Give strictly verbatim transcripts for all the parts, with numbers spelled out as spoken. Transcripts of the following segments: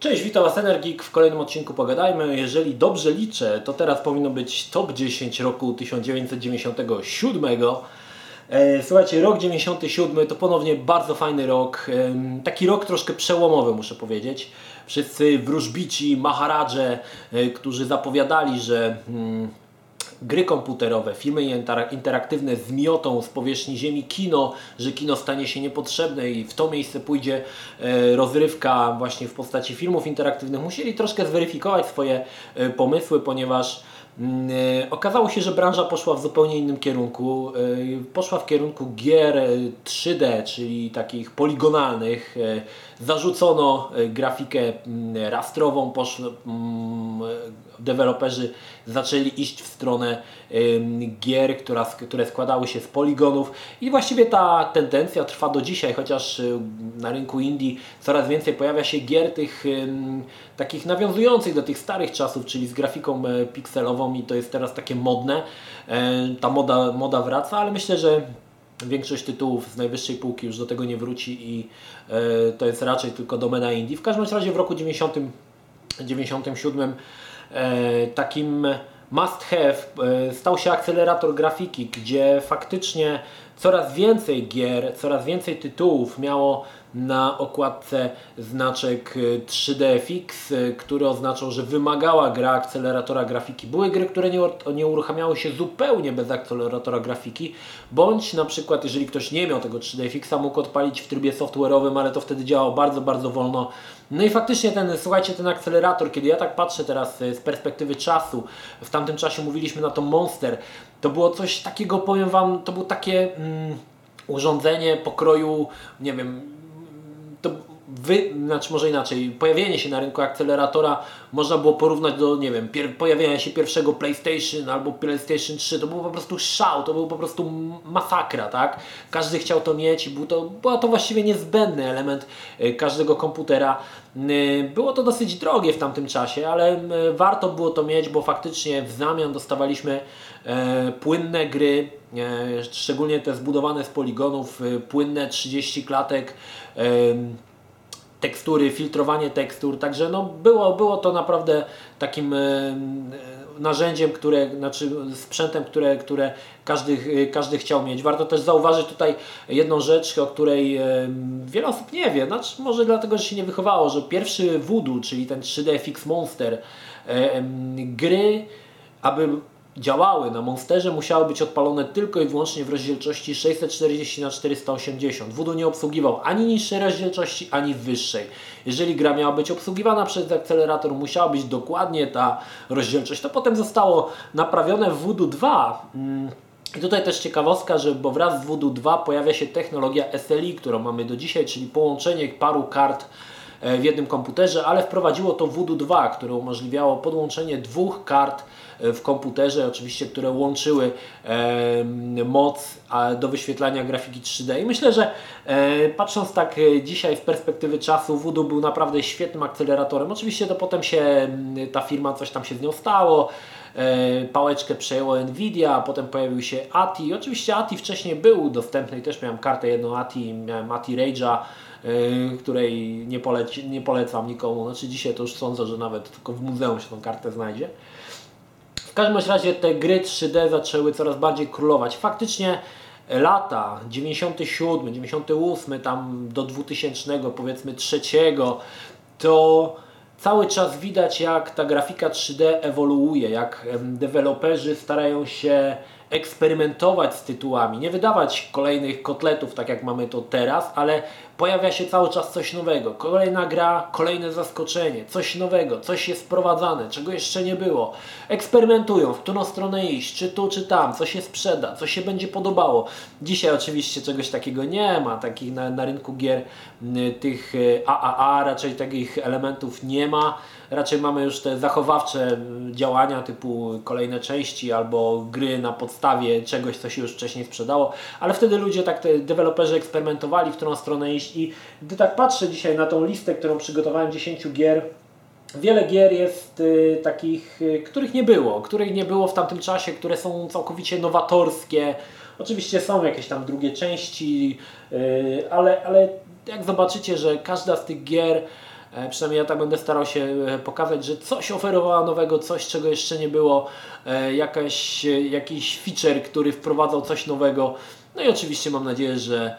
Cześć, witam Was Energik, w kolejnym odcinku pogadajmy. Jeżeli dobrze liczę, to teraz powinno być top dziesięć roku tysiąc dziewięćset dziewięćdziesiątego siódmego. Słuchajcie, rok dziewięćdziesiąty siódmy to ponownie bardzo fajny rok, taki rok troszkę przełomowy, muszę powiedzieć. Wszyscy wróżbici, maharadże, którzy zapowiadali, że gry komputerowe, filmy interaktywne zmiotą z powierzchni ziemi kino, że kino stanie się niepotrzebne i w to miejsce pójdzie rozrywka właśnie w postaci filmów interaktywnych. Musieli troszkę zweryfikować swoje pomysły, ponieważ okazało się, że branża poszła w zupełnie innym kierunku. Poszła w kierunku gier trzy D, czyli takich poligonalnych. Zarzucono grafikę rastrową, poszło, deweloperzy zaczęli iść w stronę gier, która, które składały się z poligonów i właściwie ta tendencja trwa do dzisiaj, chociaż na rynku indie coraz więcej pojawia się gier tych takich nawiązujących do tych starych czasów, czyli z grafiką pikselową i to jest teraz takie modne. Ta moda, moda wraca, ale myślę, że większość tytułów z najwyższej półki już do tego nie wróci i e, to jest raczej tylko domena indie. W każdym razie w roku dziewięćdziesiątym dziewięćdziesiątym siódmym e, takim must have e, stał się akcelerator grafiki, gdzie faktycznie coraz więcej gier, coraz więcej tytułów miało na okładce znaczek trzy D F X, który oznaczał, że wymagała gra akceleratora grafiki. Były gry, które nie, nie uruchamiały się zupełnie bez akceleratora grafiki, bądź na przykład, jeżeli ktoś nie miał tego trzy D F X, mógł odpalić w trybie software'owym, ale to wtedy działało bardzo, bardzo wolno. No i faktycznie ten, słuchajcie, ten akcelerator, kiedy ja tak patrzę teraz z perspektywy czasu, w tamtym czasie mówiliśmy na to Monster, to było coś takiego, powiem Wam, to było takie mm, urządzenie pokroju, nie wiem, to wy, znaczy może inaczej, pojawienie się na rynku akceleratora można było porównać do, nie wiem, pier, pojawienia się pierwszego PlayStation albo PlayStation trzy, to był po prostu szał, to był po prostu masakra, tak? Każdy chciał to mieć i był to, był to właściwie niezbędny element każdego komputera. Było to dosyć drogie w tamtym czasie, ale warto było to mieć, bo faktycznie w zamian dostawaliśmy e, płynne gry, e, szczególnie te zbudowane z poligonów, e, płynne trzydzieści klatek, e, tekstury, filtrowanie tekstur, także no było, było to naprawdę takim e, narzędziem, które, znaczy sprzętem, które, które każdy, każdy chciał mieć. Warto też zauważyć tutaj jedną rzecz, o której e, wiele osób nie wie, znaczy może dlatego, że się nie wychowało, że pierwszy Voodoo, czyli ten trzy D F X Monster, e, gry, aby działały na Monsterze, musiały być odpalone tylko i wyłącznie w rozdzielczości sześćset czterdzieści na czterysta osiemdziesiąt. Voodoo nie obsługiwał ani niższej rozdzielczości, ani wyższej. Jeżeli gra miała być obsługiwana przez akcelerator, musiała być dokładnie ta rozdzielczość. To potem zostało naprawione w Voodoo dwa. I tutaj też ciekawostka, że bo wraz z Voodoo dwa pojawia się technologia S L I, którą mamy do dzisiaj, czyli połączenie paru kart w jednym komputerze, ale wprowadziło to Voodoo dwa, które umożliwiało podłączenie dwóch kart w komputerze, oczywiście, które łączyły e, moc a, do wyświetlania grafiki trzy D. I myślę, że e, patrząc tak dzisiaj z perspektywy czasu, Voodoo był naprawdę świetnym akceleratorem. Oczywiście to potem się ta firma, coś tam się z nią stało, e, pałeczkę przejęło Nvidia, a potem pojawił się A T I. Oczywiście A T I wcześniej był dostępny i też miałem kartę jedną A T I, miałem A T I Rage'a, której nie, poleci, nie polecam nikomu. Znaczy dzisiaj to już sądzę, że nawet tylko w muzeum się tą kartę znajdzie. W każdym razie te gry trzy D zaczęły coraz bardziej królować. Faktycznie lata dziewięćdziesiąty siódmy, dziewięćdziesiąty ósmy, tam do dwutysięcznego powiedzmy trzeciego, to cały czas widać, jak ta grafika trzy D ewoluuje, jak deweloperzy starają się eksperymentować z tytułami, nie wydawać kolejnych kotletów, tak jak mamy to teraz, ale pojawia się cały czas coś nowego. Kolejna gra, kolejne zaskoczenie, coś nowego, coś jest wprowadzane, czego jeszcze nie było. Eksperymentują, w którą stronę iść, czy tu, czy tam, co się sprzeda, co się będzie podobało. Dzisiaj oczywiście czegoś takiego nie ma, takich na, na rynku gier tych A A A, raczej takich elementów nie ma. Raczej mamy już te zachowawcze działania typu kolejne części albo gry na podstawie czegoś, co się już wcześniej sprzedało, ale wtedy ludzie, tak te deweloperzy eksperymentowali, w którą stronę iść i gdy tak patrzę dzisiaj na tą listę, którą przygotowałem dziesięciu gier, wiele gier jest y, takich, y, których nie było, których nie było w tamtym czasie, które są całkowicie nowatorskie. Oczywiście są jakieś tam drugie części, y, ale, ale jak zobaczycie, że każda z tych gier E, przynajmniej ja tak będę starał się pokazać, że coś oferowała nowego, coś czego jeszcze nie było, e, jakaś, jakiś feature, który wprowadzał coś nowego. No i oczywiście mam nadzieję, że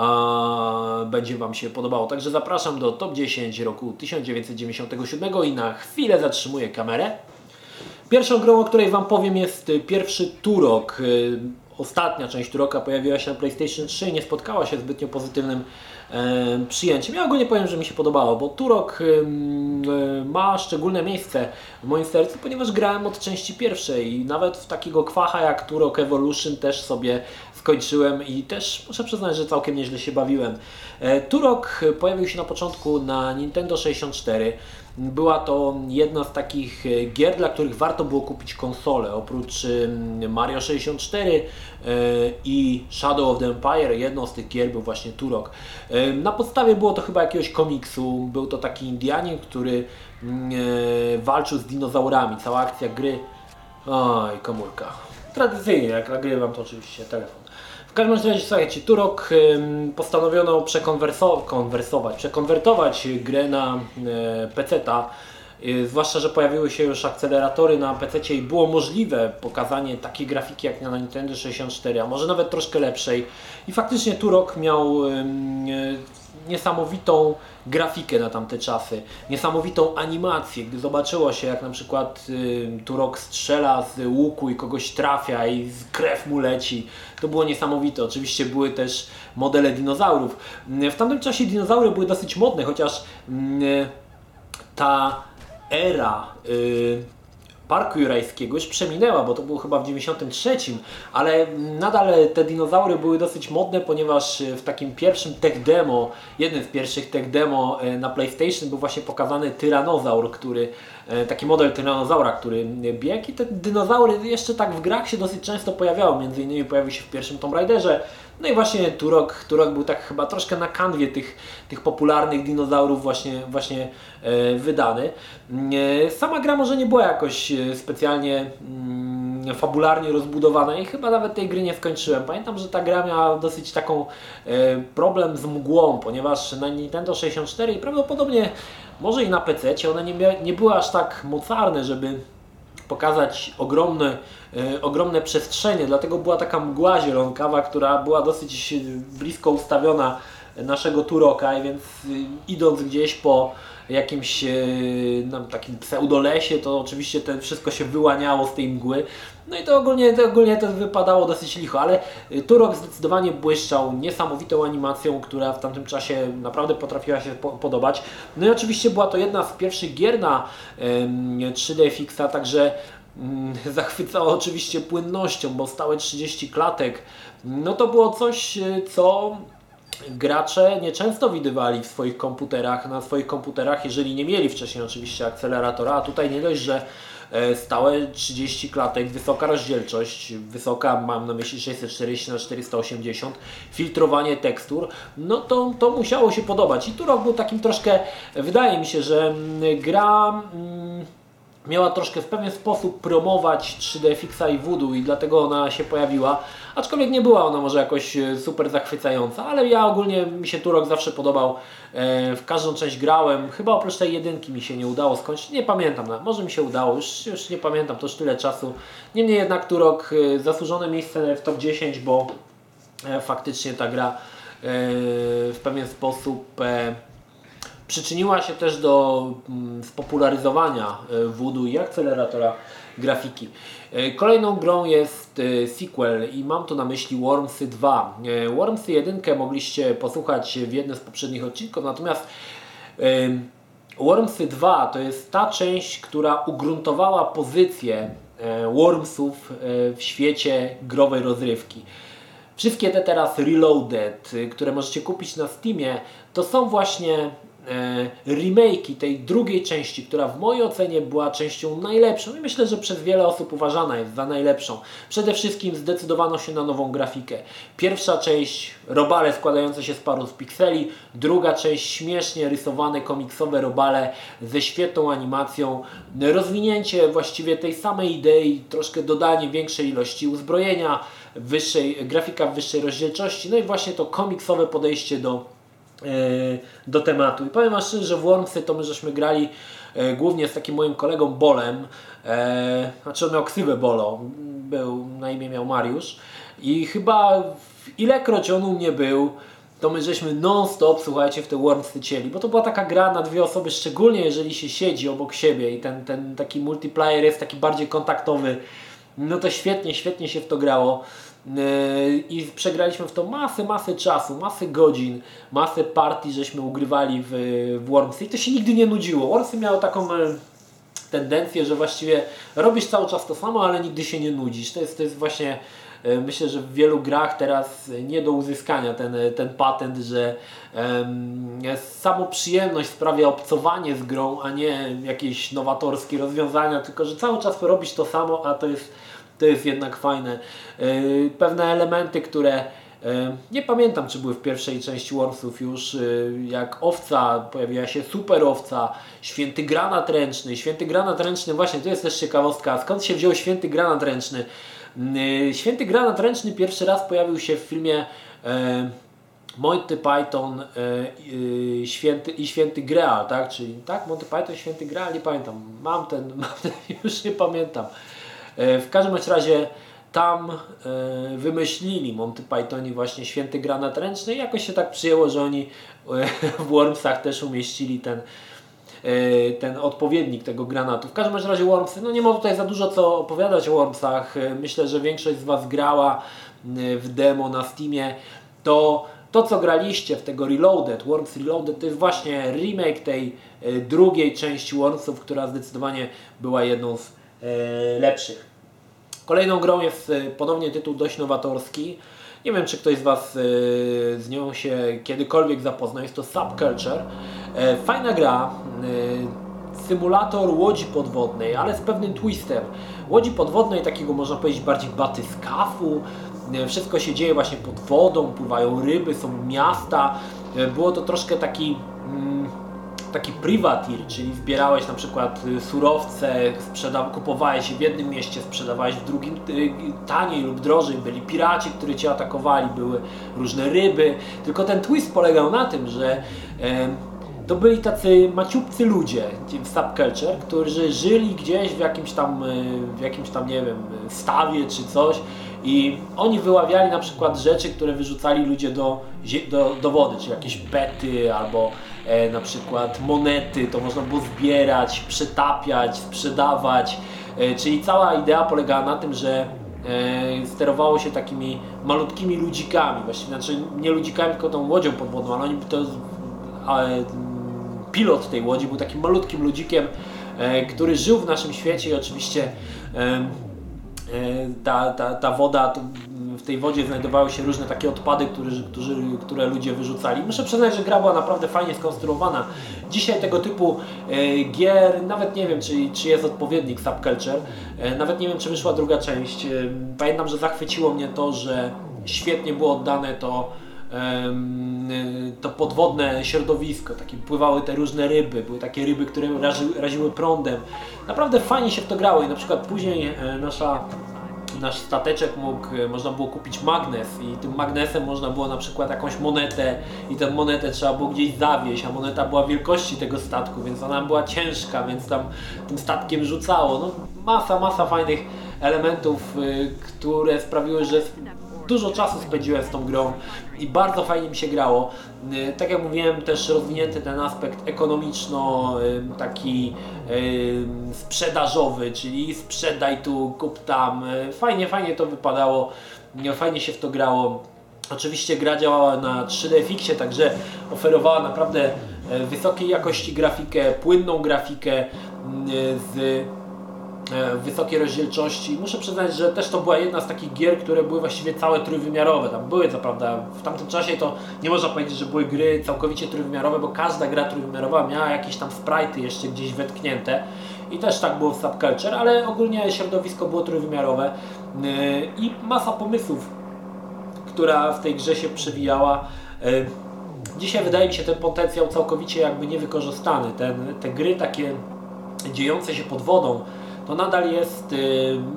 a, będzie Wam się podobało. Także zapraszam do top dziesięć roku tysiąc dziewięćset dziewięćdziesiątego siódmego i na chwilę zatrzymuję kamerę. Pierwszą grą, o której Wam powiem, jest pierwszy Turok. Ostatnia część Turoka pojawiła się na PlayStation trzy i nie spotkała się zbytnio pozytywnym e, przyjęciem. Ja ogólnie powiem, że mi się podobało, bo Turok e, ma szczególne miejsce w moim sercu, ponieważ grałem od części pierwszej i nawet w takiego kwacha jak Turok Evolution też sobie skończyłem i też muszę przyznać, że całkiem nieźle się bawiłem. E, Turok pojawił się na początku na Nintendo sześćdziesiąt cztery. Była to jedna z takich gier, dla których warto było kupić konsolę. Oprócz Mario sześćdziesiąt cztery i Shadow of the Empire, jedną z tych gier był właśnie Turok. Na podstawie było to chyba jakiegoś komiksu. Był to taki Indianin, który walczył z dinozaurami. Cała akcja gry... Oj, komórka. Tradycyjnie, jak nagrywam, to oczywiście telefon. W każdym razie, słuchajcie, Turok postanowiono przekonwersować, przekonwertować grę na peceta, zwłaszcza że pojawiły się już akceleratory na pececie i było możliwe pokazanie takiej grafiki jak na Nintendo sześćdziesiąt cztery, a może nawet troszkę lepszej. I faktycznie Turok miał niesamowitą grafikę na tamte czasy, niesamowitą animację, gdy zobaczyło się jak na przykład y, Turok strzela z łuku i kogoś trafia i krew mu leci. To było niesamowite. Oczywiście były też modele dinozaurów. W tamtym czasie dinozaury były dosyć modne, chociaż y, ta era y, Parku Jurajskiego już przeminęła, bo to było chyba w dziewięćdziesiątym trzecim, ale nadal te dinozaury były dosyć modne, ponieważ w takim pierwszym tech demo, jednym z pierwszych tech demo na PlayStation był właśnie pokazany tyranozaur, który, taki model tyranozaura, który biegł i te dinozaury jeszcze tak w grach się dosyć często pojawiały, między innymi pojawił się w pierwszym Tomb Raiderze. No i właśnie Turok, Turok był tak chyba troszkę na kanwie tych, tych popularnych dinozaurów właśnie, właśnie e, wydany. E, sama gra może nie była jakoś specjalnie mm, fabularnie rozbudowana i chyba nawet tej gry nie skończyłem. Pamiętam, że ta gra miała dosyć taką e, problem z mgłą, ponieważ na Nintendo sześćdziesiąt cztery i prawdopodobnie może i na pececie one nie, nie były aż tak mocarne, żeby pokazać ogromne, e, ogromne przestrzenie, dlatego była taka mgła zielonkawa, która była dosyć blisko ustawiona naszego Turoka, i więc e, idąc gdzieś po jakimś e, no, takim pseudolesie, to oczywiście to wszystko się wyłaniało z tej mgły. No i to ogólnie, to ogólnie to wypadało dosyć licho, ale Turok zdecydowanie błyszczał niesamowitą animacją, która w tamtym czasie naprawdę potrafiła się po podobać. No i oczywiście była to jedna z pierwszych gier na ym, trzy D F X a, także ym, zachwycała oczywiście płynnością, bo stałe trzydzieści klatek. No to było coś, co gracze nieczęsto widywali w swoich komputerach, na swoich komputerach, jeżeli nie mieli wcześniej oczywiście akceleratora, a tutaj nie dość, że stałe trzydzieści klatek, wysoka rozdzielczość, wysoka, mam na myśli sześćset czterdzieści na czterysta osiemdziesiąt, filtrowanie tekstur, no to, to musiało się podobać. I Turok był takim troszkę, wydaje mi się, że gra mm, miała troszkę w pewien sposób promować trzy D F X a i Voodoo i dlatego ona się pojawiła. Aczkolwiek nie była ona może jakoś super zachwycająca, ale ja ogólnie mi się Turok zawsze podobał. W każdą część grałem, chyba oprócz tej jedynki mi się nie udało skończyć, nie pamiętam, może mi się udało, już, już nie pamiętam, to już tyle czasu. Niemniej jednak Turok zasłużone miejsce w top dziesięć, bo faktycznie ta gra w pewien sposób przyczyniła się też do spopularyzowania Voodoo i akceleratora grafiki. Kolejną grą jest sequel i mam tu na myśli Wormsy dwa. Wormsy jeden mogliście posłuchać w jednym z poprzednich odcinków, natomiast Wormsy dwa to jest ta część, która ugruntowała pozycję Wormsów w świecie growej rozrywki. Wszystkie te teraz Reloaded, które możecie kupić na Steamie, to są właśnie remake'i tej drugiej części, która w mojej ocenie była częścią najlepszą i myślę, że przez wiele osób uważana jest za najlepszą. Przede wszystkim zdecydowano się na nową grafikę. Pierwsza część, robale składające się z paru z pikseli, druga część, śmiesznie rysowane komiksowe robale ze świetną animacją, rozwinięcie właściwie tej samej idei, troszkę dodanie większej ilości uzbrojenia, wyższej, grafika w wyższej rozdzielczości, no i właśnie to komiksowe podejście do do tematu. I powiem wam szczerze, że w Wormsy to my żeśmy grali głównie z takim moim kolegą Bolem, e, znaczy on miał ksywę Bolo, był, na imię miał Mariusz i chyba ilekroć on u mnie był, to my żeśmy non-stop, słuchajcie, w te Wormsy cieli, bo to była taka gra na dwie osoby, szczególnie jeżeli się siedzi obok siebie i ten, ten taki multiplayer jest taki bardziej kontaktowy, no to świetnie, świetnie się w to grało. I przegraliśmy w to masę, masę czasu, masę godzin, masę partii, żeśmy ugrywali w, w Wormsy i to się nigdy nie nudziło. Wormsy miało taką tendencję, że właściwie robisz cały czas to samo, ale nigdy się nie nudzisz. To jest, to jest właśnie, myślę, że w wielu grach teraz nie do uzyskania ten, ten patent, że um, samo przyjemność sprawia obcowanie z grą, a nie jakieś nowatorskie rozwiązania, tylko że cały czas robisz to samo, a to jest To jest jednak fajne. Pewne elementy, które nie pamiętam, czy były w pierwszej części Wormsów już, jak owca, pojawiła się super owca, święty granat ręczny. Święty granat ręczny, właśnie to jest też ciekawostka. Skąd się wziął święty granat ręczny? Święty granat ręczny pierwszy raz pojawił się w filmie Monty Python yy, święty, i Święty Graal, tak? Czyli tak, Monty Python, Święty Graal, nie pamiętam. Mam ten, mam ten już nie pamiętam. W każdym razie tam e, wymyślili Monty Pythoni właśnie święty granat ręczny i jakoś się tak przyjęło, że oni e, w Wormsach też umieścili ten, e, ten odpowiednik tego granatu. W każdym razie Wormsy, no nie ma tutaj za dużo co opowiadać o Wormsach. Myślę, że większość z Was grała w demo na Steamie. To to, co graliście w tego Reloaded, Worms Reloaded, to jest właśnie remake tej e, drugiej części Wormsów, która zdecydowanie była jedną z e, lepszych. Kolejną grą jest e, ponownie tytuł dość nowatorski. Nie wiem, czy ktoś z Was e, z nią się kiedykolwiek zapoznał. Jest to Subculture. E, fajna gra. E, symulator łodzi podwodnej, ale z pewnym twistem. Łodzi podwodnej, takiego można powiedzieć bardziej batyskafu. Wszystko się dzieje właśnie pod wodą, pływają ryby, są miasta. Było to troszkę taki, taki privateer, czyli zbierałeś na przykład surowce, sprzedaw- kupowałeś je w jednym mieście, sprzedawałeś w drugim taniej lub drożej. Byli piraci, którzy Cię atakowali, były różne ryby. Tylko ten twist polegał na tym, że to byli tacy maciubcy ludzie w Subculture, którzy żyli gdzieś w jakimś tam, w jakimś tam, nie wiem, stawie czy coś i oni wyławiali na przykład rzeczy, które wyrzucali ludzie do, do, do wody, czy jakieś pety albo e, na przykład monety, to można było zbierać, przetapiać, sprzedawać, e, czyli cała idea polegała na tym, że e, sterowało się takimi malutkimi ludzikami, właściwie znaczy nie ludzikami, tylko tą łodzią podwodną, ale oni to ale, pilot tej łodzi był takim malutkim ludzikiem, e, który żył w naszym świecie i oczywiście e, e, ta, ta, ta woda, to, w tej wodzie znajdowały się różne takie odpady, które, którzy, które ludzie wyrzucali. Muszę przyznać, że gra była naprawdę fajnie skonstruowana. Dzisiaj tego typu e, gier, nawet nie wiem, czy, czy jest odpowiednik Subculture, e, nawet nie wiem, czy wyszła druga część. E, pamiętam, że zachwyciło mnie to, że świetnie było oddane to to podwodne środowisko, takie pływały te różne ryby, były takie ryby, które razi, raziły prądem. Naprawdę fajnie się w to grało i na przykład później nasza, nasz stateczek mógł, można było kupić magnes i tym magnesem można było na przykład jakąś monetę i tę monetę trzeba było gdzieś zawieźć, a moneta była wielkości tego statku, więc ona była ciężka, więc tam tym statkiem rzucało. No, masa, masa fajnych elementów, które sprawiły, że dużo czasu spędziłem z tą grą i bardzo fajnie mi się grało. Tak jak mówiłem, też rozwinięty ten aspekt ekonomiczno, taki sprzedażowy, czyli sprzedaj tu, kup tam. Fajnie, fajnie to wypadało, fajnie się w to grało. Oczywiście gra działała na trzy D F X ie, także oferowała naprawdę wysokiej jakości grafikę, płynną grafikę z wysokiej rozdzielczości. Muszę przyznać, że też to była jedna z takich gier, które były właściwie całe trójwymiarowe. Tam były, co prawda, w tamtym czasie to nie można powiedzieć, że były gry całkowicie trójwymiarowe, bo każda gra trójwymiarowa miała jakieś tam sprite'y jeszcze gdzieś wetknięte i też tak było w Subculture, ale ogólnie środowisko było trójwymiarowe i masa pomysłów, która w tej grze się przewijała. Dzisiaj wydaje mi się ten potencjał całkowicie jakby niewykorzystany. Ten, te gry takie dziejące się pod wodą, to nadal jest y,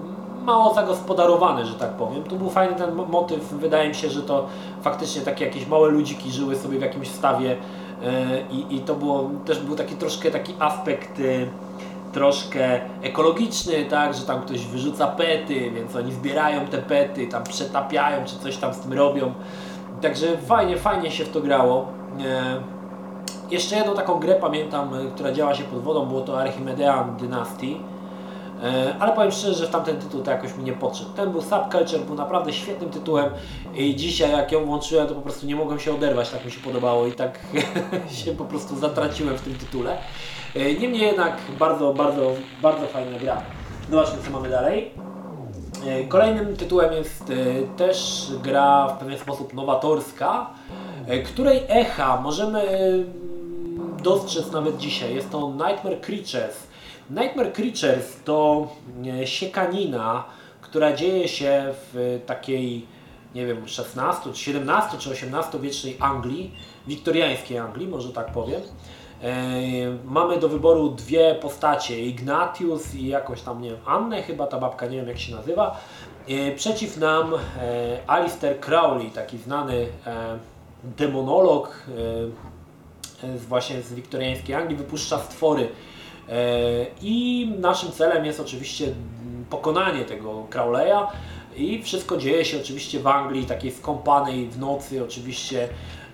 mało zagospodarowany, że tak powiem. Tu był fajny ten motyw, wydaje mi się, że to faktycznie takie jakieś małe ludziki żyły sobie w jakimś stawie i, i to było, też był taki troszkę taki aspekt troszkę ekologiczny, tak, że tam ktoś wyrzuca pety, więc oni zbierają te pety, tam przetapiają, czy coś tam z tym robią. Także fajnie, fajnie się w to grało. Jeszcze jedną taką grę pamiętam, która działa się pod wodą, było to Archimedean Dynasty. Ale powiem szczerze, że w tamten tytuł to jakoś mi nie podszedł. Ten był Subculture, był naprawdę świetnym tytułem i dzisiaj jak ją włączyłem, to po prostu nie mogłem się oderwać, tak mi się podobało i tak się po prostu zatraciłem w tym tytule. Niemniej jednak bardzo, bardzo, bardzo fajna gra. Zobaczmy, co mamy dalej. Kolejnym tytułem jest też gra w pewien sposób nowatorska, której echa możemy dostrzec nawet dzisiaj. Jest to Nightmare Creatures. Nightmare Creatures to siekanina, która dzieje się w takiej, nie wiem, szesnasto, siedemnasto czy osiemnasto wiecznej Anglii, wiktoriańskiej Anglii, może tak powiem. Mamy do wyboru dwie postacie, Ignatius i jakoś tam, nie wiem, Annę chyba, ta babka, nie wiem jak się nazywa. Przeciw nam Alistair Crowley, taki znany demonolog właśnie z wiktoriańskiej Anglii, wypuszcza stwory. I naszym celem jest oczywiście pokonanie tego Crowleya i wszystko dzieje się oczywiście w Anglii, takiej skąpanej w nocy, oczywiście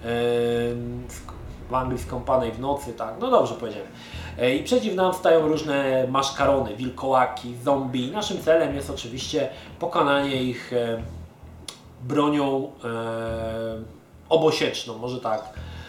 w Anglii skąpanej w nocy, tak, no dobrze powiedziałem. I przeciw nam stają różne maszkarony, wilkołaki, zombie. Naszym celem jest oczywiście pokonanie ich bronią obosieczną, może tak.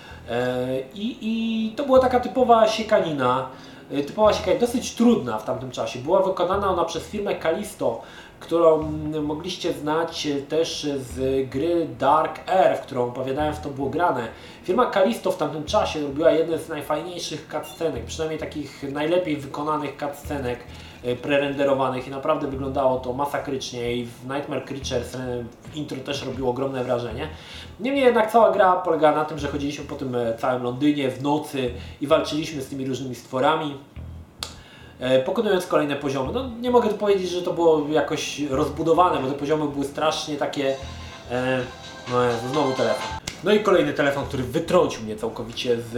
I, i to była taka typowa siekanina. Typowa siekanina, dosyć trudna w tamtym czasie. Była wykonana ona przez firmę Callisto, którą mogliście znać też z gry Dark Earth, którą opowiadałem, w to było grane. Firma Callisto w tamtym czasie robiła jedne z najfajniejszych cutscenek, przynajmniej takich najlepiej wykonanych cutscenek prerenderowanych i naprawdę wyglądało to masakrycznie i w Nightmare Creatures w intro też robiło ogromne wrażenie. Niemniej jednak cała gra polegała na tym, że chodziliśmy po tym całym Londynie w nocy i walczyliśmy z tymi różnymi stworami, pokonując kolejne poziomy. No, nie mogę tu powiedzieć, że to było jakoś rozbudowane, bo te poziomy były strasznie takie... E, no Jezu, znowu telefon. No i kolejny telefon, który wytrącił mnie całkowicie z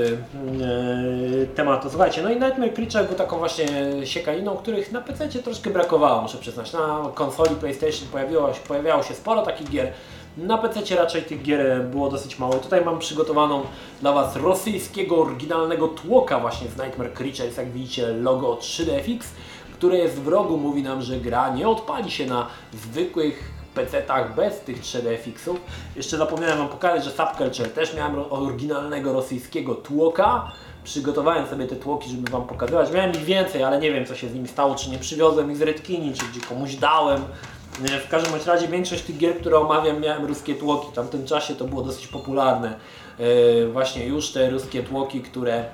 e, tematu. Słuchajcie, no i Nightmare Creature był taką właśnie siekaniną, których na P C troszkę brakowało, muszę przyznać. Na konsoli PlayStation pojawiło się, pojawiało się sporo takich gier. Na P C raczej tych gier było dosyć mało. Tutaj mam przygotowaną dla Was rosyjskiego, oryginalnego tłoka właśnie z Nightmare Creatures. Jak widzicie, logo trzy D F X, które jest w rogu, mówi nam, że gra nie odpali się na zwykłych pecetach bez tych trzy D F X-ów. Jeszcze zapomniałem Wam pokazać, że Subculture też miałem oryginalnego rosyjskiego tłoka. Przygotowałem sobie te tłoki, żeby Wam pokazywać. Miałem ich więcej, ale nie wiem, co się z nimi stało, czy nie przywiozłem ich z Redkini, czy gdzie komuś dałem. W każdym razie większość tych gier, które omawiam, miałem ruskie tłoki. W tamtym czasie to było dosyć popularne. Właśnie już te ruskie tłoki, które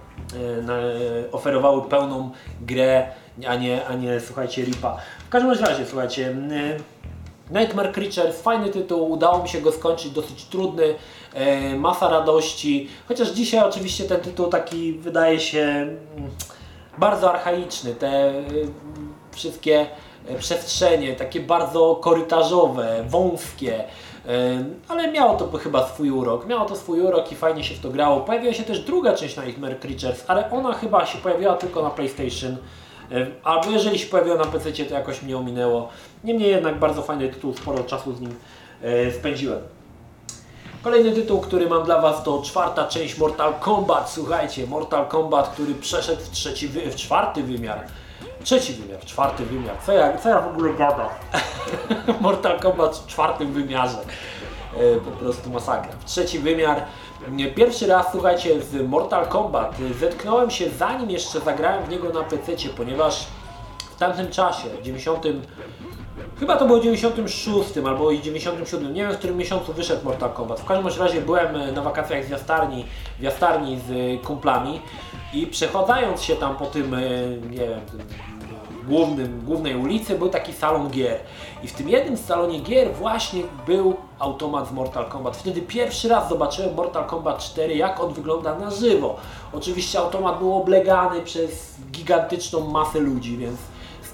oferowały pełną grę, a nie, a nie słuchajcie, ripa. W każdym razie, słuchajcie, Nightmare Creatures, fajny tytuł, udało mi się go skończyć, dosyć trudny, masa radości. Chociaż dzisiaj oczywiście ten tytuł taki wydaje się bardzo archaiczny. Te wszystkie przestrzenie, takie bardzo korytarzowe, wąskie, ale miało to chyba swój urok, miało to swój urok i fajnie się w to grało. Pojawiła się też druga część Nightmare Creatures, ale ona chyba się pojawiła tylko na PlayStation, albo jeżeli się pojawiła na P C, to jakoś mnie ominęło. Niemniej jednak bardzo fajny tytuł, sporo czasu z nim spędziłem. Kolejny tytuł, który mam dla Was, to czwarta część Mortal Kombat. Słuchajcie, Mortal Kombat, który przeszedł w, trzeci, w czwarty wymiar. Trzeci wymiar, czwarty wymiar. Co ja, co ja w ogóle gadam? Mortal Kombat w czwartym wymiarze. E, po prostu masakra. W trzeci wymiar. Pierwszy raz, słuchajcie, z Mortal Kombat zetknąłem się, zanim jeszcze zagrałem w niego na pececie, ponieważ w tamtym czasie, w dziewięćdziesiątym, chyba to było dziewięćdziesiątym szóstym albo i dziewięćdziesiątym siódmym, nie wiem, w którym miesiącu wyszedł Mortal Kombat. W każdym razie byłem na wakacjach z jastarni, w jastarni z kumplami i przechodząc się tam po tym, nie wiem, tym głównym, głównej ulicy, był taki salon gier. I w tym jednym salonie gier właśnie był automat z Mortal Kombat. Wtedy pierwszy raz zobaczyłem Mortal Kombat cztery, jak on wygląda na żywo. Oczywiście automat był oblegany przez gigantyczną masę ludzi, więc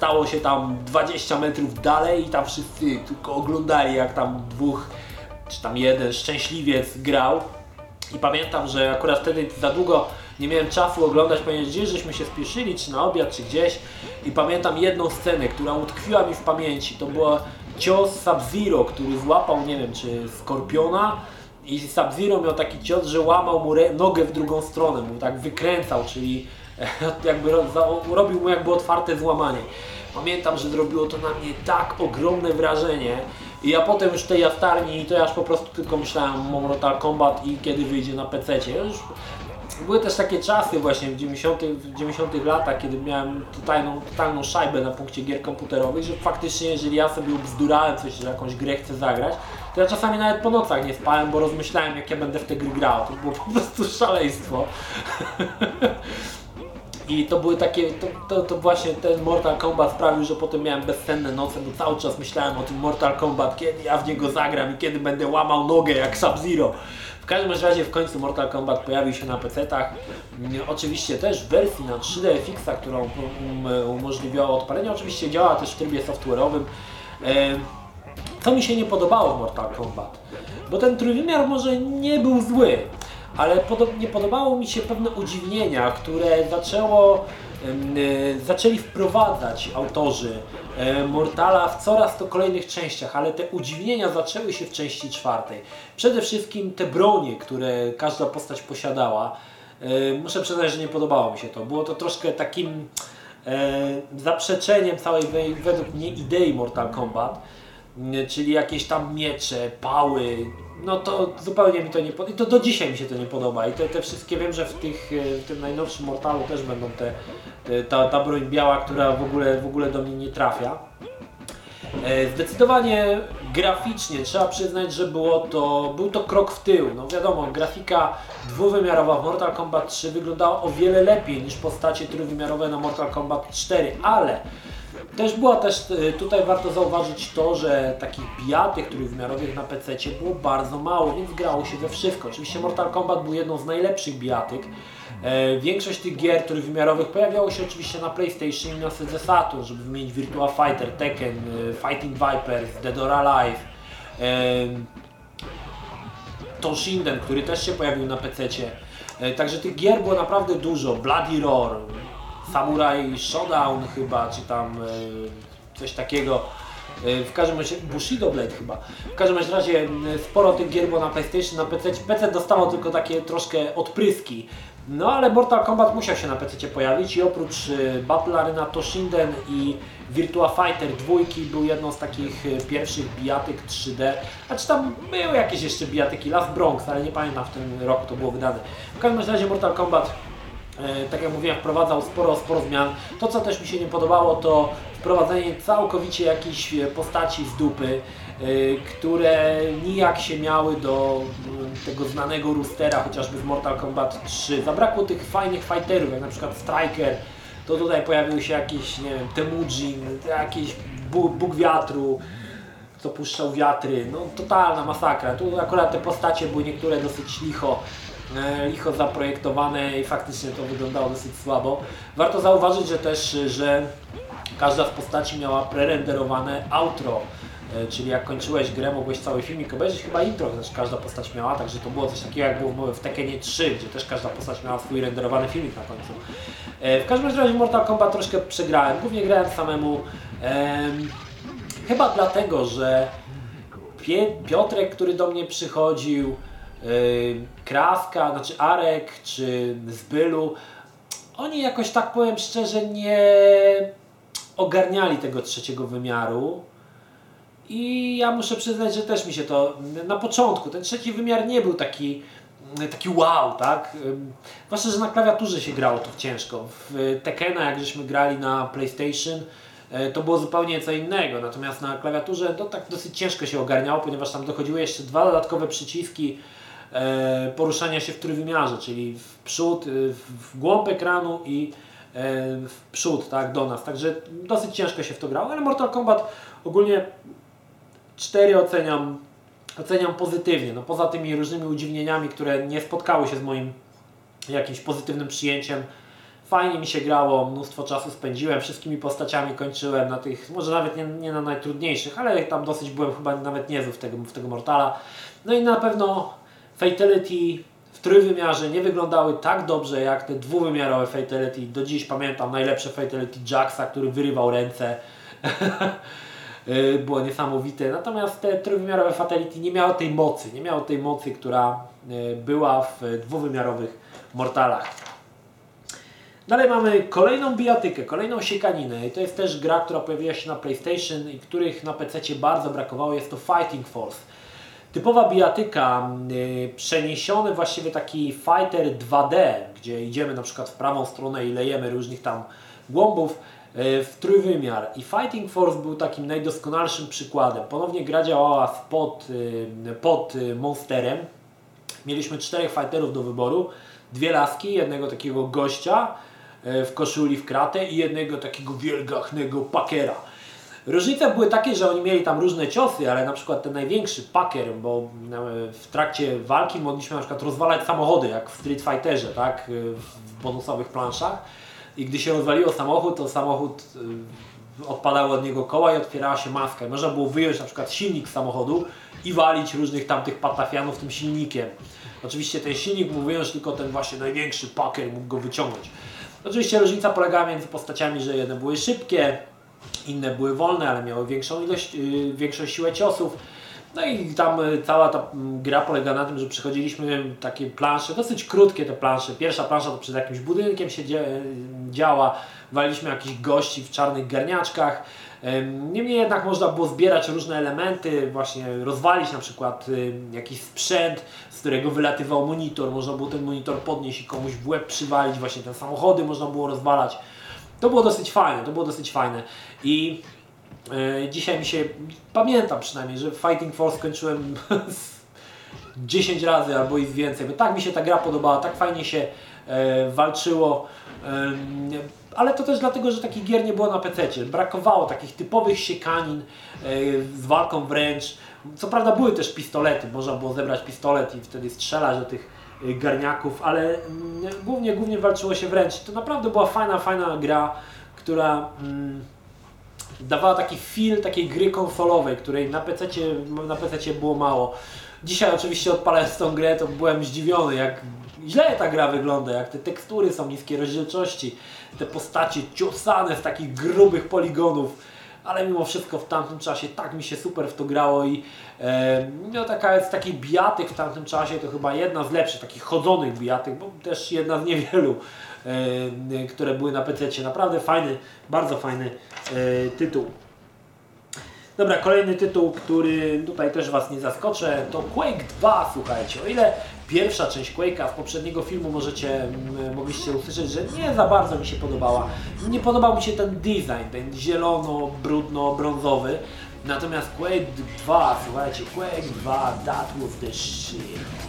stało się tam dwadzieścia metrów dalej i tam wszyscy tylko oglądali, jak tam dwóch, czy tam jeden szczęśliwiec grał. I pamiętam, że akurat wtedy za długo nie miałem czasu oglądać, ponieważ gdzieś żeśmy się spieszyli, czy na obiad, czy gdzieś. I pamiętam jedną scenę, która utkwiła mi w pamięci. To był cios Sub-Zero, który złapał, nie wiem, czy Skorpiona. I Sub-Zero miał taki cios, że łamał mu nogę w drugą stronę, mu tak wykręcał, czyli jakby robił mu jakby otwarte złamanie. Pamiętam, że zrobiło to na mnie tak ogromne wrażenie. I ja potem już w tej jastarni, to ja już po prostu tylko myślałem o Mortal Kombat i kiedy wyjdzie na pececie. Już były też takie czasy właśnie w dziewięćdziesiątych latach, kiedy miałem totalną, totalną szajbę na punkcie gier komputerowych, że faktycznie jeżeli ja sobie ubzdurałem coś, że jakąś grę chcę zagrać, to ja czasami nawet po nocach nie spałem, bo rozmyślałem, jak ja będę w tę gry grał. To było po prostu szaleństwo. I to były takie, to, to, to właśnie ten Mortal Kombat sprawił, że potem miałem bezsenne noce, bo cały czas myślałem o tym Mortal Kombat, kiedy ja w niego zagram i kiedy będę łamał nogę jak Sub-Zero. W każdym razie w końcu Mortal Kombat pojawił się na pecetach. Oczywiście też w wersji na trzy D F X, która umożliwiała odpalenie, oczywiście działa też w trybie software'owym. Co mi się nie podobało w Mortal Kombat, bo ten trójwymiar może nie był zły, ale podo- nie podobało mi się pewne udziwnienia, które zaczęło, yy, zaczęli wprowadzać autorzy yy, Mortala w coraz to kolejnych częściach, ale te udziwnienia zaczęły się w części czwartej. Przede wszystkim te bronie, które każda postać posiadała. Yy, muszę przyznać, że nie podobało mi się to. Było to troszkę takim yy, zaprzeczeniem całej według mnie idei Mortal Kombat. Czyli jakieś tam miecze, pały, no to zupełnie mi to nie podoba i to do dzisiaj mi się to nie podoba i te, te wszystkie, wiem, że w, tych, w tym najnowszym Mortalu też będą te, te, ta, ta broń biała, która w ogóle, w ogóle do mnie nie trafia. Zdecydowanie graficznie trzeba przyznać, że było to, był to krok w tył. No wiadomo, grafika dwuwymiarowa w Mortal Kombat trzy wyglądała o wiele lepiej niż postacie trójwymiarowe na Mortal Kombat cztery, ale też była też, tutaj warto zauważyć to, że takich bijatyk trójwymiarowych na pececie było bardzo mało, więc grało się we wszystko. Oczywiście Mortal Kombat był jedną z najlepszych bijatyk. E, większość tych gier trójwymiarowych pojawiało się oczywiście na PlayStation i na Sega Saturn, żeby wymienić Virtua Fighter, Tekken, Fighting Vipers, Dead or Alive, e, Toshinden, który też się pojawił na pececie. E, także tych gier było naprawdę dużo. Bloody Roar, Samurai Showdown chyba, czy tam e, coś takiego. E, w każdym razie Bushido Blade chyba. W każdym razie e, sporo tych gier było na PlayStation, na P C. P C dostało tylko takie troszkę odpryski. No ale Mortal Kombat musiał się na P C pojawić i oprócz e, Battle Arena Toshinden i Virtua Fighter dwa był jedną z takich e, pierwszych bijatyk trzy D. Znaczy tam były jakieś jeszcze bijatyki, Last Bronx, ale nie pamiętam, w tym roku to było wydane. W każdym razie Mortal Kombat, E, tak jak mówiłem, wprowadzał sporo, sporo zmian. To, co też mi się nie podobało, to wprowadzenie całkowicie jakichś postaci z dupy, e, które nijak się miały do m, tego znanego roostera, chociażby w Mortal Kombat trzy. Zabrakło tych fajnych fighterów, jak na przykład Striker, to tutaj pojawił się jakiś, nie wiem, Temujin, jakiś Bóg, Bóg Wiatru, co puszczał wiatry. No totalna masakra. Tu akurat te postacie były niektóre dosyć licho. licho zaprojektowane i faktycznie to wyglądało dosyć słabo. Warto zauważyć, że też, że każda z postaci miała prerenderowane outro, czyli jak kończyłeś grę, mogłeś cały filmik obejrzeć, chyba intro też każda postać miała, także to było coś takiego jak było w Tekkenie trzy, gdzie też każda postać miała swój renderowany filmik na końcu. W każdym razie Mortal Kombat troszkę przegrałem, głównie grałem samemu, ehm, chyba dlatego, że Piotrek, który do mnie przychodził, Yy, Kraska, znaczy Arek czy Zbylu, oni jakoś, tak powiem szczerze, nie ogarniali tego trzeciego wymiaru i ja muszę przyznać, że też mi się to na początku, ten trzeci wymiar nie był taki taki wow, tak? Yy, zwłaszcza, że na klawiaturze się grało to ciężko. W Tekkena, jak żeśmy grali na PlayStation, yy, to było zupełnie co innego, natomiast na klawiaturze to tak dosyć ciężko się ogarniało, ponieważ tam dochodziły jeszcze dwa dodatkowe przyciski poruszania się w trójwymiarze, czyli w przód, w głąb ekranu i w przód, tak, do nas. Także dosyć ciężko się w to grało, ale Mortal Kombat ogólnie cztery oceniam, oceniam pozytywnie. No, poza tymi różnymi udziwnieniami, które nie spotkały się z moim jakimś pozytywnym przyjęciem fajnie mi się grało, mnóstwo czasu spędziłem, wszystkimi postaciami kończyłem na tych, może nawet nie, nie na najtrudniejszych, ale tam dosyć byłem chyba nawet niezły w tego, w tego Mortala. No i na pewno Fatality w trójwymiarze nie wyglądały tak dobrze jak te dwuwymiarowe Fatality. Do dziś pamiętam najlepsze Fatality Jacksa, który wyrywał ręce. Było niesamowite. Natomiast te trójwymiarowe Fatality nie miały tej mocy, nie miało tej mocy, która była w dwuwymiarowych Mortalach. Dalej mamy kolejną bijatykę, kolejną siekaninę i to jest też gra, która pojawiła się na PlayStation i których na P C bardzo brakowało, jest to Fighting Force. Typowa bijatyka, yy, przeniesiony właściwie taki fighter dwa D, gdzie idziemy na przykład w prawą stronę i lejemy różnych tam głąbów yy, w trójwymiar. I Fighting Force był takim najdoskonalszym przykładem. Ponownie gra działała pod, yy, pod yy, Monsterem. Mieliśmy czterech fighterów do wyboru, dwie laski, jednego takiego gościa yy, w koszuli w kratę i jednego takiego wielgachnego pakera. Różnice były takie, że oni mieli tam różne ciosy, ale na przykład ten największy pakier, bo w trakcie walki mogliśmy na przykład rozwalać samochody, jak w Street Fighterze, tak, w bonusowych planszach. I gdy się rozwaliło samochód, to samochód odpadały od niego koła i otwierała się maska. I można było wyjąć na przykład silnik z samochodu i walić różnych tamtych patafianów tym silnikiem. Oczywiście ten silnik mógł wyjąć tylko ten właśnie największy pakier, mógł go wyciągnąć. Oczywiście różnica polegała między postaciami, że jedne były szybkie, inne były wolne, ale miały większą ilość, yy, większą siłę ciosów. No i tam yy, cała ta yy, gra polega na tym, że przychodziliśmy takie plansze, dosyć krótkie te plansze. Pierwsza plansza to przed jakimś budynkiem się dzia yy, działa, waliliśmy jakichś gości w czarnych garniaczkach. Yy, niemniej jednak można było zbierać różne elementy, właśnie rozwalić na przykład yy, jakiś sprzęt, z którego wylatywał monitor. Można było ten monitor podnieść i komuś w łeb przywalić, właśnie te samochody można było rozwalać. To było dosyć fajne, to było dosyć fajne i yy, dzisiaj mi się, pamiętam przynajmniej, że Fighting Force skończyłem dziesięć razy albo i więcej, bo tak mi się ta gra podobała, tak fajnie się yy, walczyło, yy, ale to też dlatego, że takich gier nie było na P C-cie, brakowało takich typowych siekanin yy, z walką wręcz. Co prawda były też pistolety, można było zebrać pistolet i wtedy strzelać do tych garniaków, ale mm, głównie, głównie walczyło się wręcz. To naprawdę była fajna, fajna gra, która mm, dawała taki feel takiej gry konsolowej, której na P C-cie, na P C-cie było mało. Dzisiaj oczywiście odpalając tą grę, to byłem zdziwiony, jak źle ta gra wygląda, jak te tekstury są niskiej rozdzielczości, te postacie ciosane z takich grubych poligonów. Ale mimo wszystko w tamtym czasie tak mi się super w to grało i e, no taka, z takich bijatyk w tamtym czasie to chyba jedna z lepszych, takich chodzonych bijatyk, bo też jedna z niewielu, e, które były na P C-cie. Naprawdę fajny, bardzo fajny e, tytuł. Dobra, kolejny tytuł, który tutaj też Was nie zaskoczę, to Quake dwa, słuchajcie. O ile pierwsza część Quake'a z poprzedniego filmu możecie, mogliście usłyszeć, że nie za bardzo mi się podobała. Nie podobał mi się ten design, ten zielono-brudno-brązowy. Natomiast Quake dwa, słuchajcie, Quake dwa, that was the shit.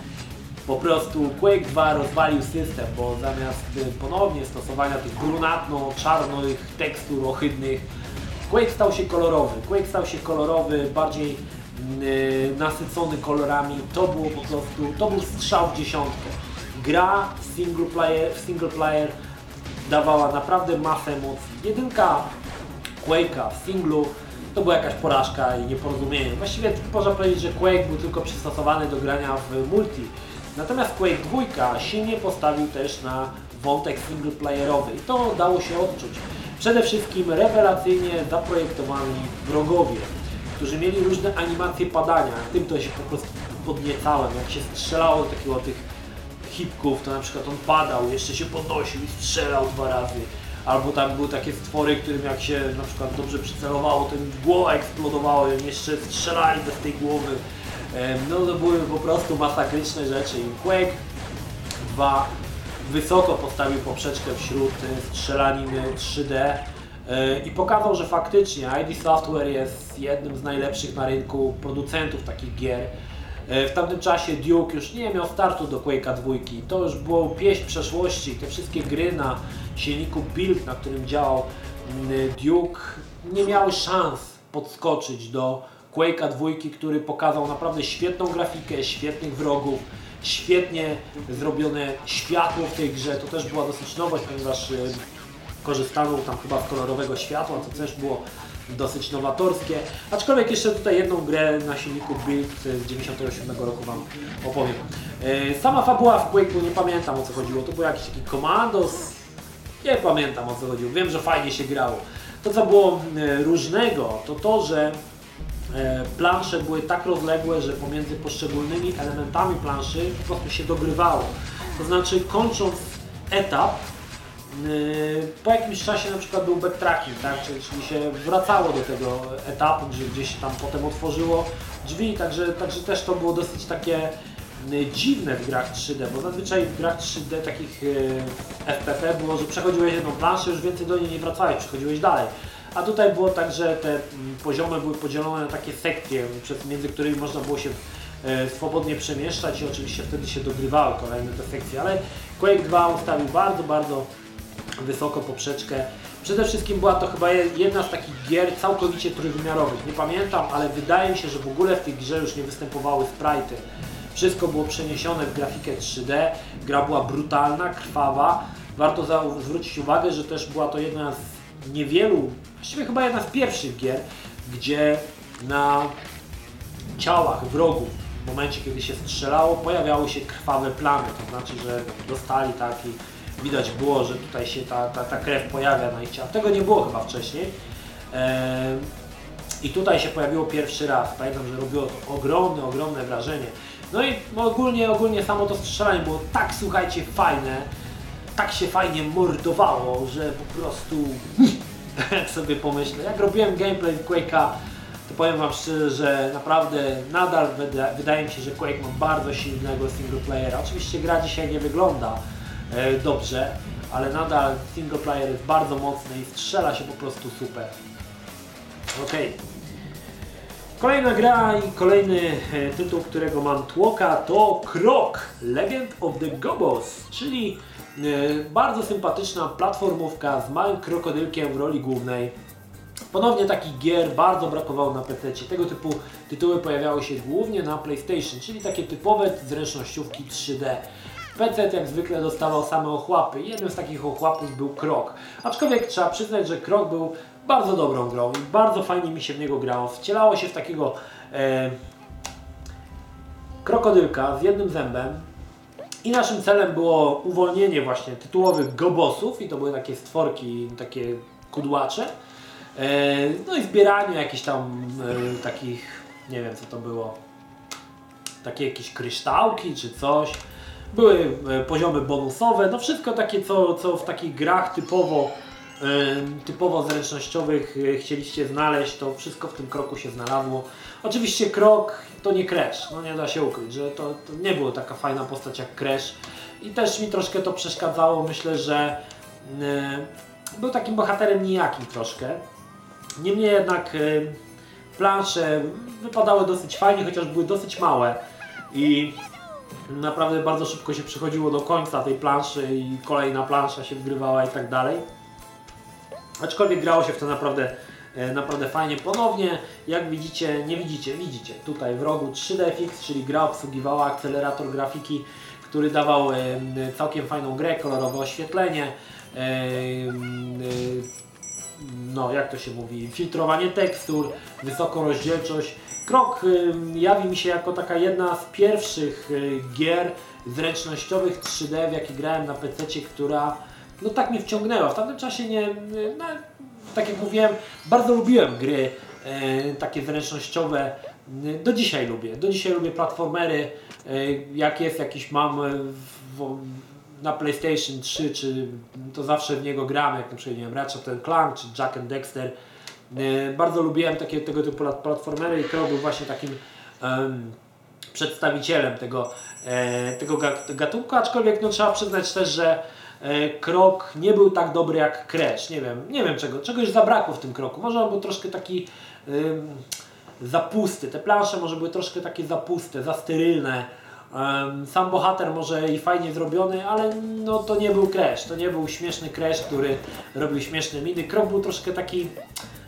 Po prostu Quake dwa rozwalił system, bo zamiast ponownie stosowania tych brunatno-czarnych tekstur ohydnych, Quake stał się kolorowy. Quake stał się kolorowy, bardziej yy, nasycony kolorami. To było po prostu, to był strzał w dziesiątkę. Gra w single player, w single player dawała naprawdę masę emocji. Jedynka Quake'a w singlu to była jakaś porażka i nieporozumienie. Właściwie można powiedzieć, że Quake był tylko przystosowany do grania w multi. Natomiast Quake dwa silnie postawił też na wątek singleplayerowy i to dało się odczuć. Przede wszystkim rewelacyjnie zaprojektowani wrogowie, którzy mieli różne animacje padania. Tym to się po prostu podniecałem. Jak się strzelało do takiego tych hipków, to na przykład on padał, jeszcze się podnosił i strzelał dwa razy. Albo tam były takie stwory, którym jak się na przykład dobrze przycelowało, to im głowa eksplodowała i jeszcze strzelali bez tej głowy. No to były po prostu masakryczne rzeczy i Quake dwa wysoko postawił poprzeczkę wśród strzelaniny trzy D i pokazał, że faktycznie I D Software jest jednym z najlepszych na rynku producentów takich gier. W tamtym czasie Duke już nie miał startu do Quake'a dwa. To już było pieśń przeszłości. Te wszystkie gry na silniku Build, na którym działał Duke, nie miały szans podskoczyć do Quake'a dwójki, który pokazał naprawdę świetną grafikę, świetnych wrogów, świetnie zrobione światło w tej grze. To też była dosyć nowość, ponieważ y, korzystano tam chyba z kolorowego światła, co też było dosyć nowatorskie. Aczkolwiek jeszcze tutaj jedną grę na silniku Build z dziewięćdziesiątego siódmego roku Wam opowiem. E, sama fabuła w Quake'u nie pamiętam, o co chodziło. To był jakiś taki komandos. Nie pamiętam, o co chodziło. Wiem, że fajnie się grało. To, co było e, różnego, to to, że e, plansze były tak rozległe, że pomiędzy poszczególnymi elementami planszy po prostu się dogrywało. To znaczy, kończąc etap, po jakimś czasie na przykład był backtracking, tak? Czyli się wracało do tego etapu, gdzie gdzieś tam potem otworzyło drzwi, także, także też to było dosyć takie dziwne w grach trzy D, bo zazwyczaj w grach trzy D takich F P P było, że przechodziłeś jedną planszę, już więcej do niej nie wracałeś, przechodziłeś dalej. A tutaj było tak, że te poziomy były podzielone na takie sekcje, między którymi można było się swobodnie przemieszczać i oczywiście wtedy się dogrywały kolejne te sekcje, ale Quake dwa ustawił bardzo, bardzo wysoko poprzeczkę. Przede wszystkim była to chyba jedna z takich gier całkowicie trójwymiarowych. Nie pamiętam, ale wydaje mi się, że w ogóle w tej grze już nie występowały sprite'y. Wszystko było przeniesione w grafikę trzy D. Gra była brutalna, krwawa. Warto zwrócić uwagę, że też była to jedna z niewielu, właściwie chyba jedna z pierwszych gier, gdzie na ciałach wrogów w momencie, kiedy się strzelało, pojawiały się krwawe plamy. To znaczy, że dostali taki, widać było, że tutaj się ta, ta, ta krew pojawia na ich ciałach. Tego nie było chyba wcześniej. Eee, I tutaj się pojawiło pierwszy raz. Pamiętam, że robiło to ogromne, ogromne wrażenie. No i ogólnie, ogólnie samo to strzelanie było tak, słuchajcie, fajne, tak się fajnie mordowało, że po prostu, jak sobie pomyślę, jak robiłem gameplay Quake'a, to powiem Wam szczerze, że naprawdę nadal wyda, wydaje mi się, że Quake ma bardzo silnego single playera. Oczywiście gra dzisiaj nie wygląda e, dobrze, ale nadal single player jest bardzo mocny i strzela się po prostu super. Okej. Kolejna gra i kolejny e, tytuł, którego mam tłoka, to Croc Legend of the Gobos, czyli e, bardzo sympatyczna platformówka z małym krokodylkiem w roli głównej. Ponownie takich gier bardzo brakowało na P C. Tego typu tytuły pojawiały się głównie na PlayStation, czyli takie typowe zręcznościówki trzy D. P C jak zwykle dostawał same ochłapy i jednym z takich ochłapów był Croc. Aczkolwiek trzeba przyznać, że Croc był bardzo dobrą grą i bardzo fajnie mi się w niego grało. Wcielało się w takiego e, krokodylka z jednym zębem i naszym celem było uwolnienie właśnie tytułowych gobosów i to były takie stworki, takie kudłacze. No i zbieranie jakichś tam e, takich, nie wiem co to było, takie jakieś kryształki czy coś. Były e, poziomy bonusowe, no wszystko takie co, co w takich grach typowo, e, typowo zręcznościowych e, chcieliście znaleźć, to wszystko w tym Crocu się znalazło. Oczywiście Croc to nie Crash, no nie da się ukryć, że to, to nie była taka fajna postać jak Crash i też mi troszkę to przeszkadzało, myślę, że e, był takim bohaterem nijakim troszkę. Niemniej jednak y, plansze wypadały dosyć fajnie, chociaż były dosyć małe i naprawdę bardzo szybko się przechodziło do końca tej planszy i kolejna plansza się wgrywała i tak dalej. Aczkolwiek grało się w to naprawdę, y, naprawdę fajnie. Ponownie, jak widzicie, nie widzicie, widzicie, tutaj w rogu trzy D F X, czyli gra obsługiwała akcelerator grafiki, który dawał y, całkiem fajną grę, kolorowe oświetlenie. Y, y, no jak to się mówi, filtrowanie tekstur, wysoką rozdzielczość. Croc y, jawi mi się jako taka jedna z pierwszych y, gier zręcznościowych trzy D, w jakie grałem na P C, która no tak mnie wciągnęła. W tamtym czasie nie, y, no, tak jak mówiłem, bardzo lubiłem gry y, takie zręcznościowe. Y, do dzisiaj lubię, do dzisiaj lubię platformery, y, jak jest jakiś mam w, w, na PlayStation trzy, czy to zawsze w niego gram, jak na przykład nie wiem, Ratchet and Clank, czy Jak and Dexter. E, bardzo lubiłem takie, tego typu platformery i Croc był właśnie takim um, przedstawicielem tego, e, tego gatunku, aczkolwiek no, trzeba przyznać też, że e, Croc nie był tak dobry jak Crash. Nie wiem, nie wiem czego, czegoś zabrakło w tym Crocu. Może on był troszkę taki um, zapusty, te plansze może były troszkę takie zapuste, za sterylne. Sam bohater może i fajnie zrobiony, ale no to nie był Crash, to nie był śmieszny Crash, który robił śmieszne miny. Croc był troszkę taki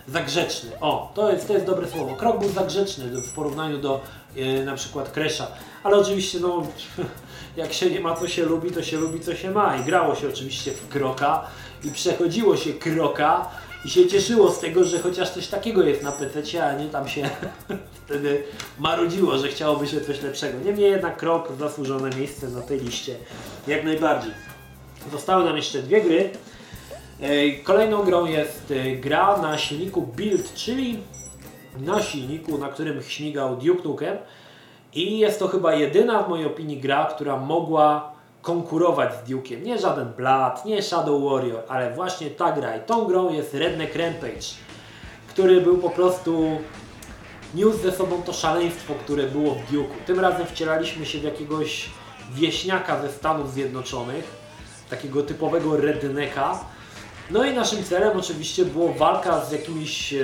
za grzeczny. O, to jest, to jest dobre słowo. Krok był za grzeczny w porównaniu do e, na przykład Crash'a. Ale oczywiście, no, jak się nie ma co się lubi, to się lubi co się ma. I grało się oczywiście w Kroka i przechodziło się Kroka i się cieszyło z tego, że chociaż coś takiego jest na pececie, a nie tam się wtedy marudziło, że chciałoby się coś lepszego. Niemniej jednak Krok zasłużone miejsce na tej liście. Jak najbardziej. Zostały nam jeszcze dwie gry. Kolejną grą jest gra na silniku Build, czyli na silniku, na którym śmigał Duke Nukem. I jest to chyba jedyna w mojej opinii gra, która mogła konkurować z Duke'iem. Nie żaden Blood, nie Shadow Warrior, ale właśnie ta gra. I tą grą jest Redneck Rampage, który był po prostu... niósł ze sobą to szaleństwo, które było w Duke'u. Tym razem wcielaliśmy się w jakiegoś wieśniaka ze Stanów Zjednoczonych, takiego typowego rednecka. No i naszym celem oczywiście było walka z jakimiś...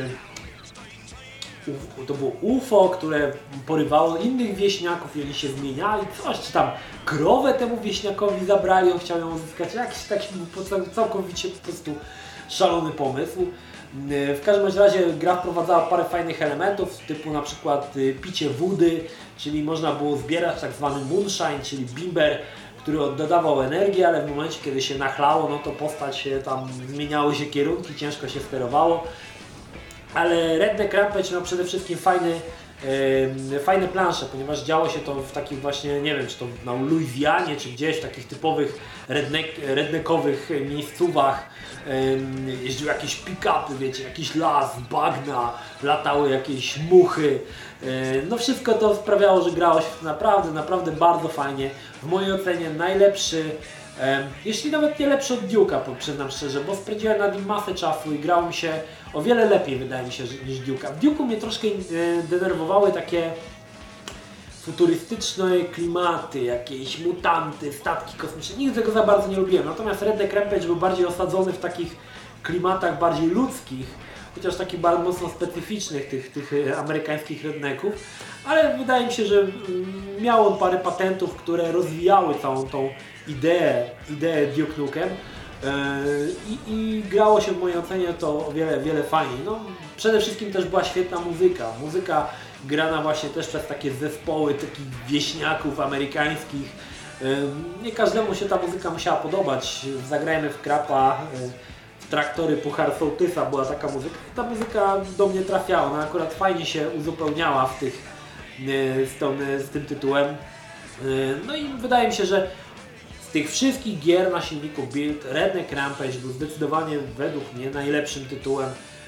To było U F O, które porywało innych wieśniaków i oni się zmieniali, coś czy tam krowę temu wieśniakowi zabrali, on chciał ją uzyskać, jakiś taki całkowicie po prostu szalony pomysł. W każdym razie gra wprowadzała parę fajnych elementów, typu na przykład picie wody, czyli można było zbierać tak zwany moonshine, czyli bimber, który dodawał energię, ale w momencie kiedy się nachlało, no to postać tam zmieniały się kierunki, ciężko się sterowało. Ale Redneck Rampage miał przede wszystkim fajny, yy, fajne plansze, ponieważ działo się to w takich właśnie, nie wiem, czy to na Luizjanie, czy gdzieś w takich typowych redneck, redneckowych miejscówach. Yy, jeździły jakieś pick-upy, wiecie, jakiś las, bagna, latały jakieś muchy. Yy, no wszystko to sprawiało, że grało się naprawdę, naprawdę bardzo fajnie. W mojej ocenie najlepszy, jeśli nawet nie lepszy od Duke'a, przyznam szczerze, bo spędziłem na nim masę czasu i grało mi się o wiele lepiej, wydaje mi się, niż Duke'a. W Duke'u mnie troszkę denerwowały takie futurystyczne klimaty, jakieś mutanty, statki kosmiczne. Nigdy tego za bardzo nie lubiłem. Natomiast Redneck Rampage był bardziej osadzony w takich klimatach bardziej ludzkich, chociaż takich bardzo mocno specyficznych, tych, tych amerykańskich rednecków. Ale wydaje mi się, że miał on parę patentów, które rozwijały całą tą ideę, ideę Duke Nukem. I, i grało się w mojej ocenie to o wiele, wiele fajniej. No, przede wszystkim też była świetna muzyka. Muzyka grana właśnie też przez takie zespoły takich wieśniaków amerykańskich. Nie każdemu się ta muzyka musiała podobać. Zagrajmy w Krapa, w Traktory Puchar Sołtysa była taka muzyka. Ta muzyka do mnie trafiała. Ona akurat fajnie się uzupełniała w tych, z, tą, z tym tytułem. No i wydaje mi się, że z tych wszystkich gier na silniku Build, Redneck Rampage był zdecydowanie według mnie najlepszym tytułem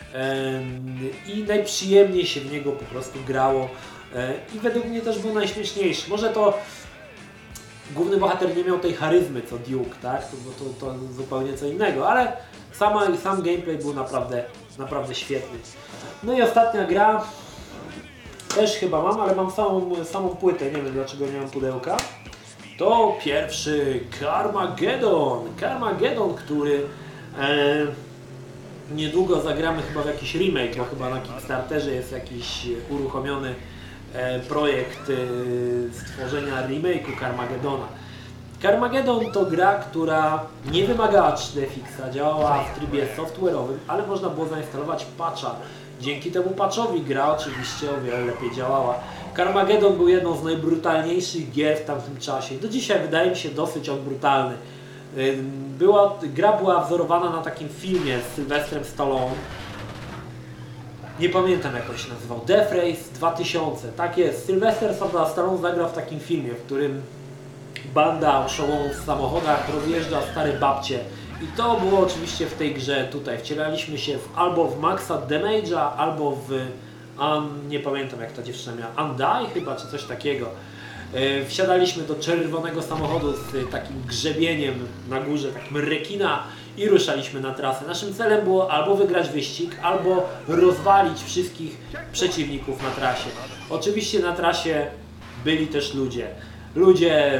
i najprzyjemniej się w niego po prostu grało i według mnie też był najśmieszniejszy. Może to główny bohater nie miał tej charyzmy co Duke, tak? Bo to, to zupełnie co innego, ale sama, sam gameplay był naprawdę, naprawdę świetny. No i ostatnia gra, też chyba mam, ale mam samą, samą płytę, nie wiem dlaczego nie mam pudełka. To pierwszy Carmageddon. Carmageddon, który e, niedługo zagramy chyba w jakiś remake, bo chyba na Kickstarterze jest jakiś uruchomiony e, projekt e, stworzenia remake'u Carmageddona. Carmageddon to gra, która nie wymagała trzy D fixa, działała w trybie software'owym, ale można było zainstalować patcha. Dzięki temu patchowi gra oczywiście o wiele lepiej działała. Carmageddon był jedną z najbrutalniejszych gier w tamtym czasie. Do dzisiaj wydaje mi się dosyć on brutalny. Była, gra była wzorowana na takim filmie z Sylwestrem Stallone. Nie pamiętam jak on się nazywał. Death Race dwa tysiące. Tak jest. Sylwester Stallone zagrał w takim filmie, w którym banda oszołomów w samochodach rozjeżdża stare babcie. I to było oczywiście w tej grze tutaj. Wcielaliśmy się w, albo w Maxa Damage'a, albo w... Un, nie pamiętam jak ta dziewczyna miała. Undyne chyba, czy coś takiego. Yy, wsiadaliśmy do czerwonego samochodu z y, takim grzebieniem na górze, takim rekina i ruszaliśmy na trasę. Naszym celem było albo wygrać wyścig, albo rozwalić wszystkich przeciwników na trasie. Oczywiście na trasie byli też ludzie. Ludzie...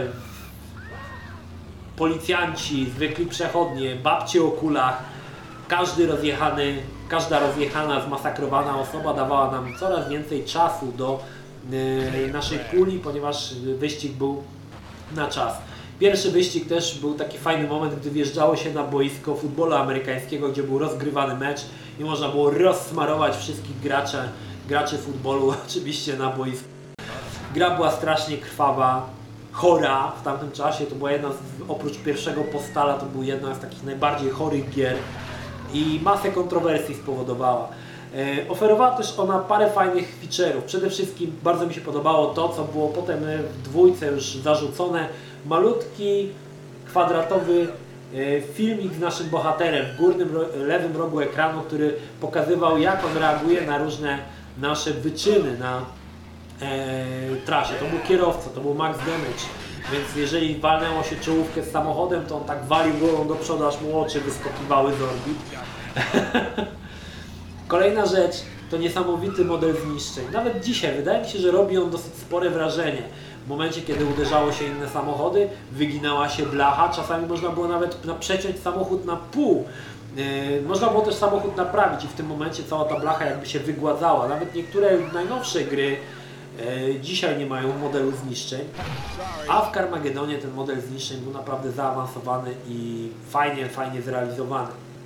Policjanci, zwykli przechodnie, babcie o kulach, każdy rozjechany, każda rozjechana, zmasakrowana osoba dawała nam coraz więcej czasu do yy, naszej puli, ponieważ wyścig był na czas. Pierwszy wyścig też był taki fajny moment, gdy wjeżdżało się na boisko futbolu amerykańskiego, gdzie był rozgrywany mecz i można było rozsmarować wszystkich graczy, graczy futbolu oczywiście na boisku. Gra była strasznie krwawa, chora w tamtym czasie, to była jedna z, oprócz pierwszego Postala, to była jedna z takich najbardziej chorych gier i masę kontrowersji spowodowała. E, oferowała też ona parę fajnych feature'ów. Przede wszystkim bardzo mi się podobało to, co było potem w dwójce już zarzucone. Malutki, kwadratowy e, filmik z naszym bohaterem w górnym ro, lewym rogu ekranu, który pokazywał, jak on reaguje na różne nasze wyczyny na e, trasie. To był kierowca, to był max damage, więc jeżeli walnęło się czołówkę z samochodem, to on tak walił głową do przodu, aż mu oczy wyskakiwały z orbit. Kolejna rzecz to niesamowity model zniszczeń. Nawet dzisiaj wydaje mi się, że robi on dosyć spore wrażenie. W momencie, kiedy uderzało się inne samochody, wyginała się blacha, czasami można było nawet przeciąć samochód na pół. Yy, można było też samochód naprawić i w tym momencie cała ta blacha jakby się wygładzała. Nawet niektóre najnowsze gry yy, dzisiaj nie mają modelu zniszczeń, a w Carmagedonie ten model zniszczeń był naprawdę zaawansowany i fajnie, fajnie zrealizowany.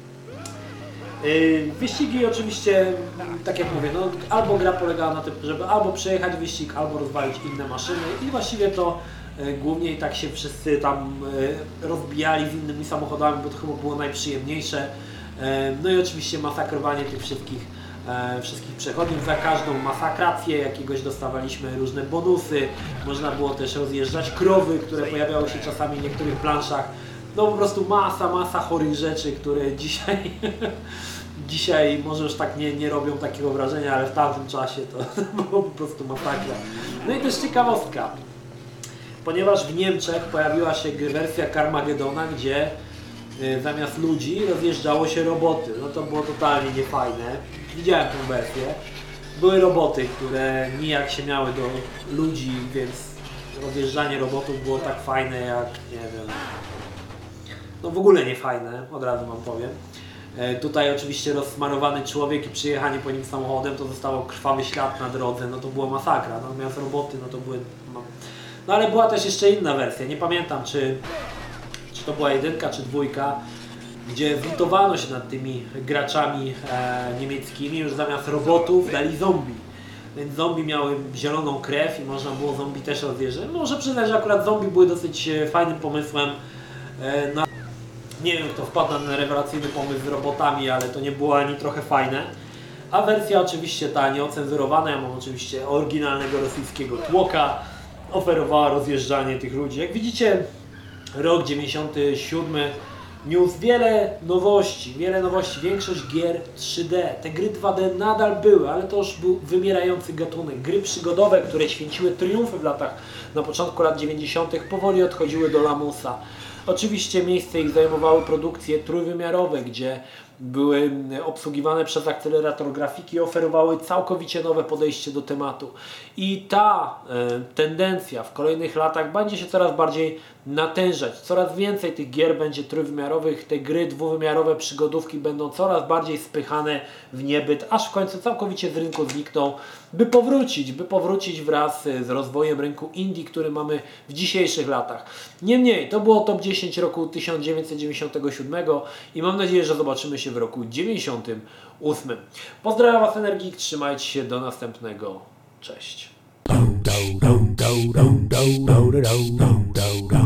Yy, wyścigi oczywiście, tak jak mówię, no, albo gra polegała na tym, żeby albo przejechać wyścig, albo rozwalić inne maszyny i właściwie to yy, głównie i tak się wszyscy tam yy, rozbijali z innymi samochodami, bo to chyba było najprzyjemniejsze. Yy, no i oczywiście masakrowanie tych wszystkich, yy, wszystkich przechodniów. Za każdą masakrację jakiegoś dostawaliśmy różne bonusy. Można było też rozjeżdżać krowy, które pojawiały się czasami w niektórych planszach. No po prostu masa, masa chorych rzeczy, które dzisiaj, dzisiaj może już tak nie, nie robią takiego wrażenia, ale w tamtym czasie to było po prostu masakra. No i też ciekawostka, ponieważ w Niemczech pojawiła się wersja Carmagedona, gdzie y, zamiast ludzi rozjeżdżało się roboty. No to było totalnie niefajne. Widziałem tę wersję. Były roboty, które nijak się miały do ludzi, więc rozjeżdżanie robotów było tak fajne jak, nie wiem, no w ogóle nie fajne, od razu wam powiem. E, tutaj oczywiście rozsmarowany człowiek i przyjechanie po nim samochodem, to zostało krwawy ślad na drodze, no to była masakra. Natomiast roboty, no to były... No, no ale była też jeszcze inna wersja, nie pamiętam czy, czy to była jedynka czy dwójka, gdzie zlitowano się nad tymi graczami e, niemieckimi, już zamiast robotów dali zombie. Więc zombie miały zieloną krew i można było zombie też rozjeżdżać. Może przyznać, że akurat zombie były dosyć fajnym pomysłem e, na... Nie wiem, kto wpadł na ten rewelacyjny pomysł z robotami, ale to nie było ani trochę fajne. A wersja oczywiście ta nieocenzurowana, ja mam oczywiście oryginalnego rosyjskiego tłoka, oferowała rozjeżdżanie tych ludzi. Jak widzicie, rok dziewięćdziesiąty siódmy niósł wiele nowości, wiele nowości, większość gier trzy D. Te gry dwa D nadal były, ale to już był wymierający gatunek. Gry przygodowe, które święciły triumfy w latach, na początku lat dziewięćdziesiątych powoli odchodziły do lamusa. Oczywiście miejsce ich zajmowały produkcje trójwymiarowe, gdzie były obsługiwane przez akcelerator grafiki i oferowały całkowicie nowe podejście do tematu. I ta e, tendencja w kolejnych latach będzie się coraz bardziej natężać. Coraz więcej tych gier będzie trójwymiarowych, te gry dwuwymiarowe, przygodówki będą coraz bardziej spychane w niebyt, aż w końcu całkowicie z rynku znikną, by powrócić, by powrócić wraz z rozwojem rynku indie, który mamy w dzisiejszych latach. Niemniej, to było top dziesięć roku tysiąc dziewięćset dziewięćdziesiątego siódmego i mam nadzieję, że zobaczymy się w roku dziewięćdziesiątym ósmym. Pozdrawiam Was, Energik, trzymajcie się, do następnego. Cześć.